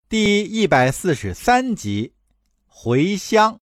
第143集回乡。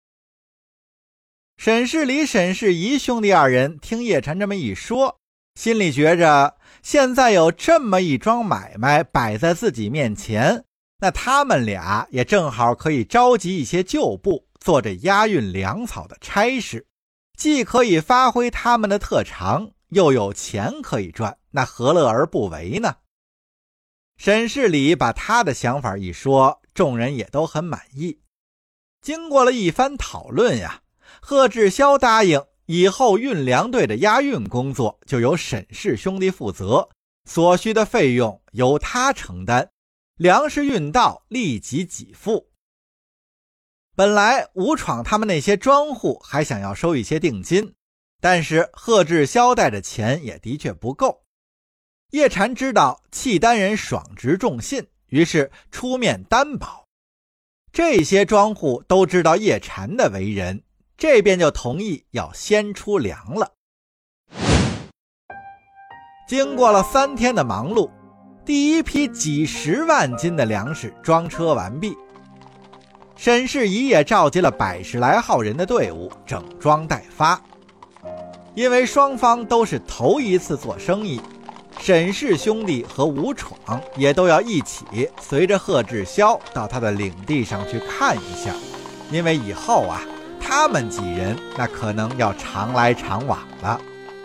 沈世礼、沈世宜兄弟二人听叶禅这么一说，心里觉着现在有这么一桩买卖摆在自己面前，那他们俩也正好可以召集一些旧部做这押运粮草的差事，既可以发挥他们的特长，又有钱可以赚，那何乐而不为呢？沈世礼把他的想法一说，众人也都很满意。经过了一番讨论呀，贺志霄答应以后运粮队的押运工作就由沈氏兄弟负责，所需的费用由他承担，粮食运到立即给付。本来吴闯他们那些庄户还想要收一些定金，但是贺志霄带着钱也的确不够。叶禅知道契丹人爽直重信，于是出面担保。这些庄户都知道叶禅的为人，这边就同意要先出粮了。经过了3天的忙碌，第一批几10万斤的粮食装车完毕。沈世宜也召集了100来号人的队伍，整装待发。因为双方都是头一次做生意，沈氏兄弟和吴闯也都要一起随着贺志霄到他的领地上去看一下，因为以后啊，他们几人那可能要常来常往了。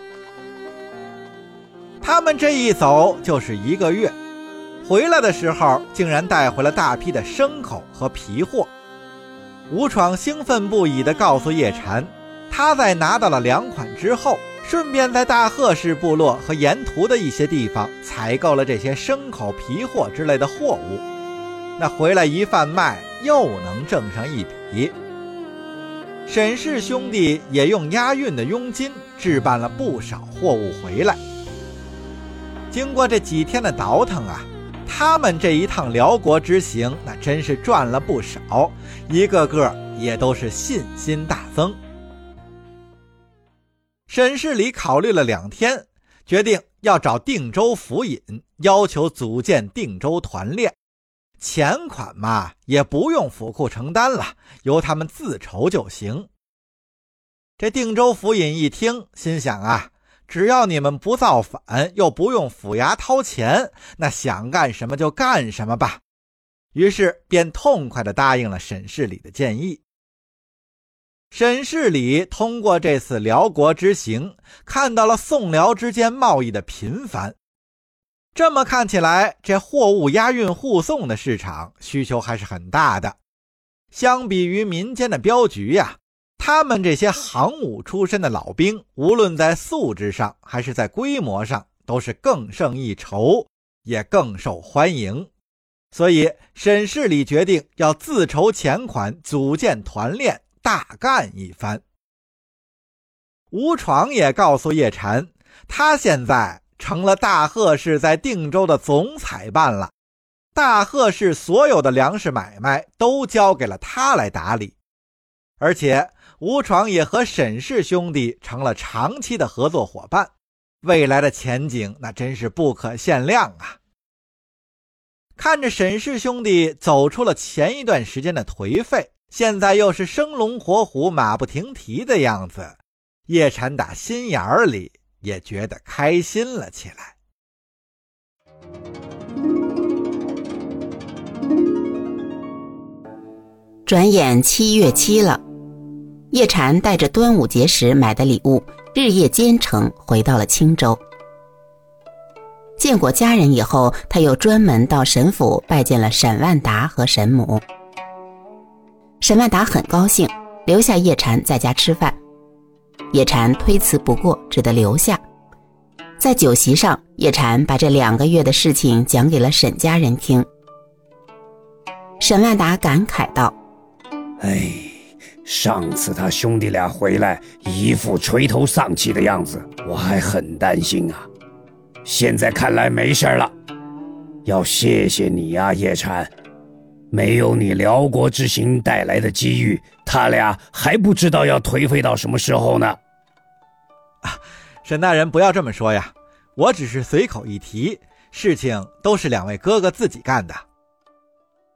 他们这一走就是1个月，回来的时候竟然带回了大批的牲口和皮货。吴闯兴奋不已地告诉叶禅，他在拿到了粮款之后，顺便在大贺氏部落和沿途的一些地方采购了这些牲口、皮货之类的货物，那回来一贩卖又能挣上一笔。沈氏兄弟也用押运的佣金置办了不少货物回来。经过这几天的倒腾啊，他们这一趟辽国之行那真是赚了不少，一个个也都是信心大增。沈世礼考虑了2天，决定要找定州府尹，要求组建定州团练。钱款嘛，也不用府库承担了，由他们自筹就行。这定州府尹一听，心想啊，只要你们不造反，又不用府衙掏钱，那想干什么就干什么吧。于是便痛快地答应了沈世礼的建议。沈世礼通过这次辽国之行，看到了宋辽之间贸易的频繁。这么看起来，这货物押运护送的市场需求还是很大的。相比于民间的镖局呀，他们这些行伍出身的老兵，无论在素质上还是在规模上，都是更胜一筹，也更受欢迎。所以沈世礼决定要自筹钱款，组建团练，大干一番。吴闯也告诉叶禅，他现在成了大贺氏在定州的总采办了，大贺氏所有的粮食买卖都交给了他来打理。而且吴闯也和沈氏兄弟成了长期的合作伙伴，未来的前景那真是不可限量啊。看着沈氏兄弟走出了前一段时间的颓废，现在又是生龙活虎、马不停蹄的样子，叶禅打心眼里也觉得开心了起来。 转眼7月7了，叶禅带着端午节时买的礼物，日夜兼程回到了青州。见过家人以后，他又专门到沈府拜见了沈万达和沈母。沈万达很高兴，留下叶禅在家吃饭。叶禅推辞不过，只得留下。在酒席上，叶禅把这2个月的事情讲给了沈家人听。沈万达感慨道： 上次他兄弟俩回来，一副垂头丧气的样子，我还很担心啊。现在看来没事了，要谢谢你啊，叶禅。没有你辽国之行带来的机遇，他俩还不知道要颓废到什么时候呢。 沈大人不要这么说呀，我只是随口一提，事情都是2位哥哥自己干的。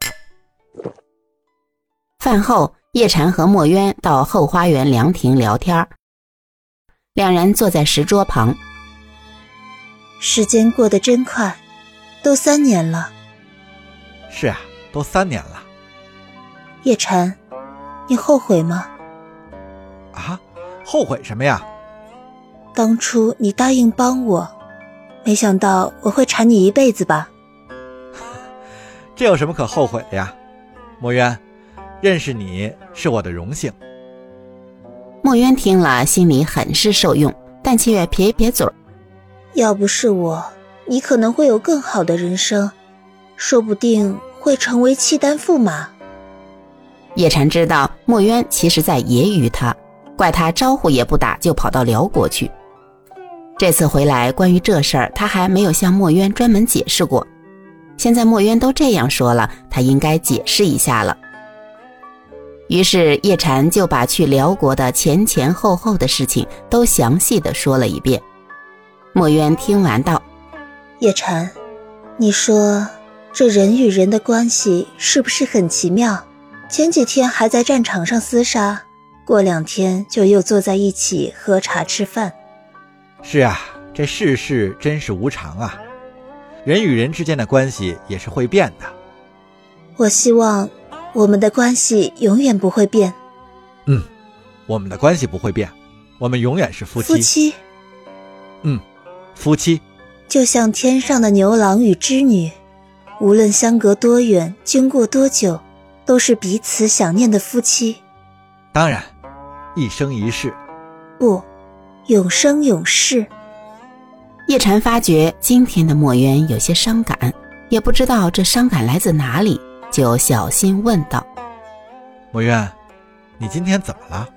饭后，叶禅和墨渊到后花园凉亭聊天，两人坐在石桌旁。 时间过得真快，都3年了。 是啊，都3年了。 叶禅，你后悔吗？ 啊，后悔什么呀？ 当初你答应帮我，没想到我会缠你一辈子吧？ 这有什么可后悔的呀？墨渊，认识你是我的荣幸。 墨渊听了心里很是受用，但却撇撇嘴。 要不是我，你可能会有更好的人生，说不定会成为契丹驸马。 叶禅知道墨渊其实在揶揄他，怪他招呼也不打就跑到辽国去。这次回来，关于这事儿他还没有向墨渊专门解释过，现在墨渊都这样说了，他应该解释一下了。于是叶禅就把去辽国的前前后后的事情都详细地说了一遍。墨渊听完道： 叶禅，你说这人与人的关系是不是很奇妙？前几天还在战场上厮杀，过2天就又坐在一起喝茶吃饭。 是啊，这世事真是无常啊，人与人之间的关系也是会变的。 我希望我们的关系永远不会变。 我们的关系不会变，我们永远是夫妻。 夫妻？ 夫妻。 就像天上的牛郎与织女，无论相隔多远，经过多久，都是彼此想念的夫妻。 当然，一生一世。 不，永生永世。 叶禅发觉今天的墨渊有些伤感，也不知道这伤感来自哪里，就小心问道： 墨渊，你今天怎么了？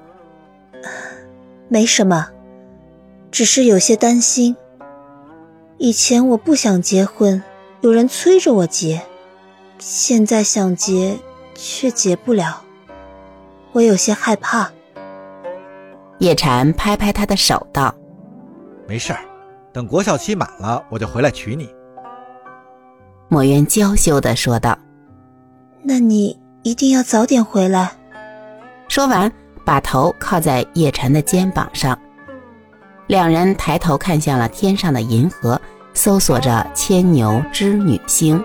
没什么，只是有些担心。以前我不想结婚，有人催着我结，现在想结却结不了，我有些害怕。 叶禅拍拍他的手道： 没事儿，等国校期满了我就回来娶你。 墨渊娇羞地说道： 那你一定要早点回来。 说完把头靠在叶禅的肩膀上，两人抬头看向了天上的银河，搜索着牵牛织女星。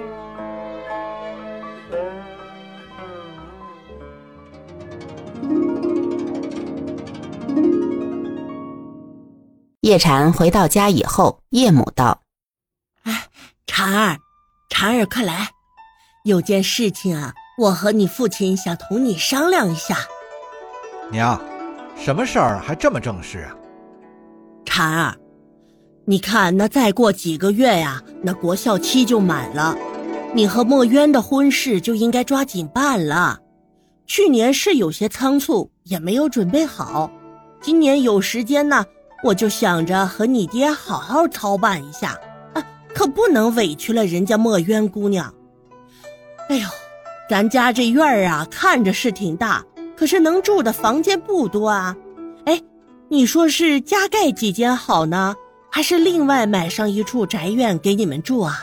叶禅回到家以后，叶母道： 禅儿快来，有件事情啊，我和你父亲想同你商量一下。 娘，什么事儿还这么正式啊？ 禅儿，你看那再过几个月呀，那国校期就满了，你和墨渊的婚事就应该抓紧办了。去年是有些仓促，也没有准备好，今年有时间呢，我就想着和你爹好好操办一下，可不能委屈了人家墨渊姑娘。哎呦，咱家这院儿啊，看着是挺大，可是能住的房间不多啊。你说是加盖几间好呢，还是另外买上一处宅院给你们住啊？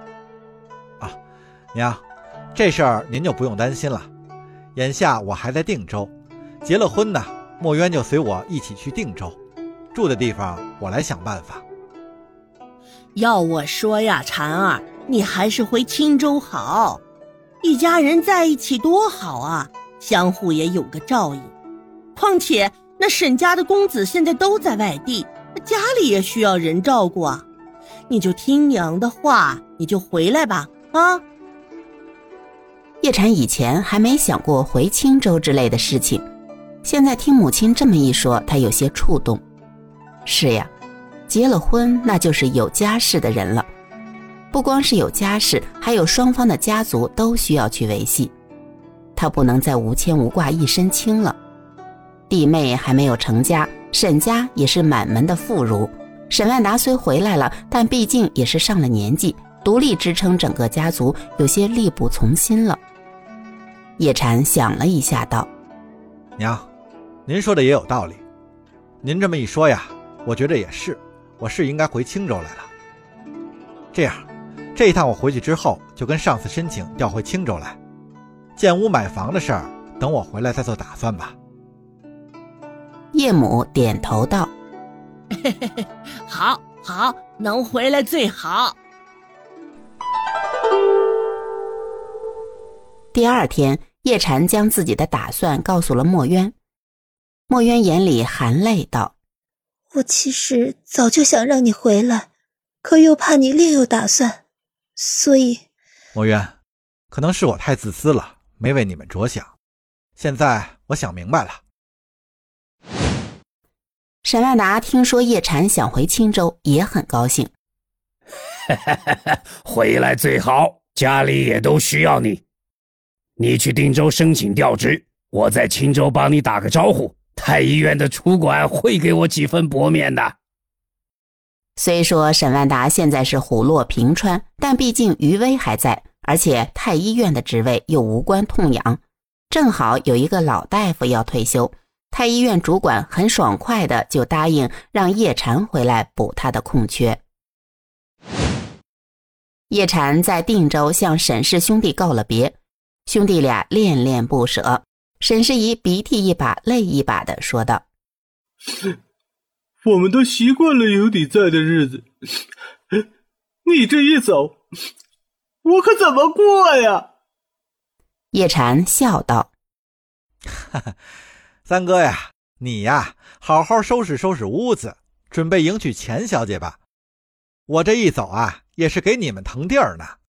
娘，这事儿您就不用担心了。眼下我还在定州，结了婚呢，墨渊就随我一起去定州，住的地方我来想办法。 要我说呀，禅儿，你还是回青州好，一家人在一起多好啊，相互也有个照应。况且那沈家的公子现在都在外地，家里也需要人照顾啊。你就听娘的话，你就回来吧啊！ 叶禅以前还没想过回青州之类的事情，现在听母亲这么一说，他有些触动。是呀，结了婚那就是有家室的人了，不光是有家室，还有双方的家族都需要去维系，他不能再无牵无挂一身轻了。弟妹还没有成家，沈家也是满门的妇孺，沈万达虽回来了，但毕竟也是上了年纪，独立支撑整个家族，有些力不从心了。叶禅想了一下道： 娘，您说的也有道理，您这么一说呀，我觉得也是，我是应该回青州来了。这样，这一趟我回去之后就跟上司申请调回青州来，建屋买房的事儿等我回来再做打算吧。 叶母点头道： 好，能回来最好。 第二天，叶禅将自己的打算告诉了墨渊。墨渊眼里含泪道： 我其实早就想让你回来，可又怕你另有打算，所以…… 墨渊，可能是我太自私了，没为你们着想。现在我想明白了。 沈万达听说叶禅想回青州，也很高兴。 回来最好，家里也都需要你。你去定州申请调职，我在青州帮你打个招呼，太医院的主管会给我几分薄面的。 虽说沈万达现在是虎落平川，但毕竟余威还在，而且太医院的职位又无关痛痒，正好有一个老大夫要退休，太医院主管很爽快的就答应让叶禅回来补他的空缺。叶禅在定州向沈氏兄弟告了别，兄弟俩恋恋不舍。沈世宜鼻涕一把泪一把的说道： 我们都习惯了有你在的日子，你这一走，我可怎么过呀？ 叶禅笑道： 三哥呀，你呀，好好收拾收拾屋子，准备迎娶钱小姐吧。我这一走啊，也是给你们腾地儿呢。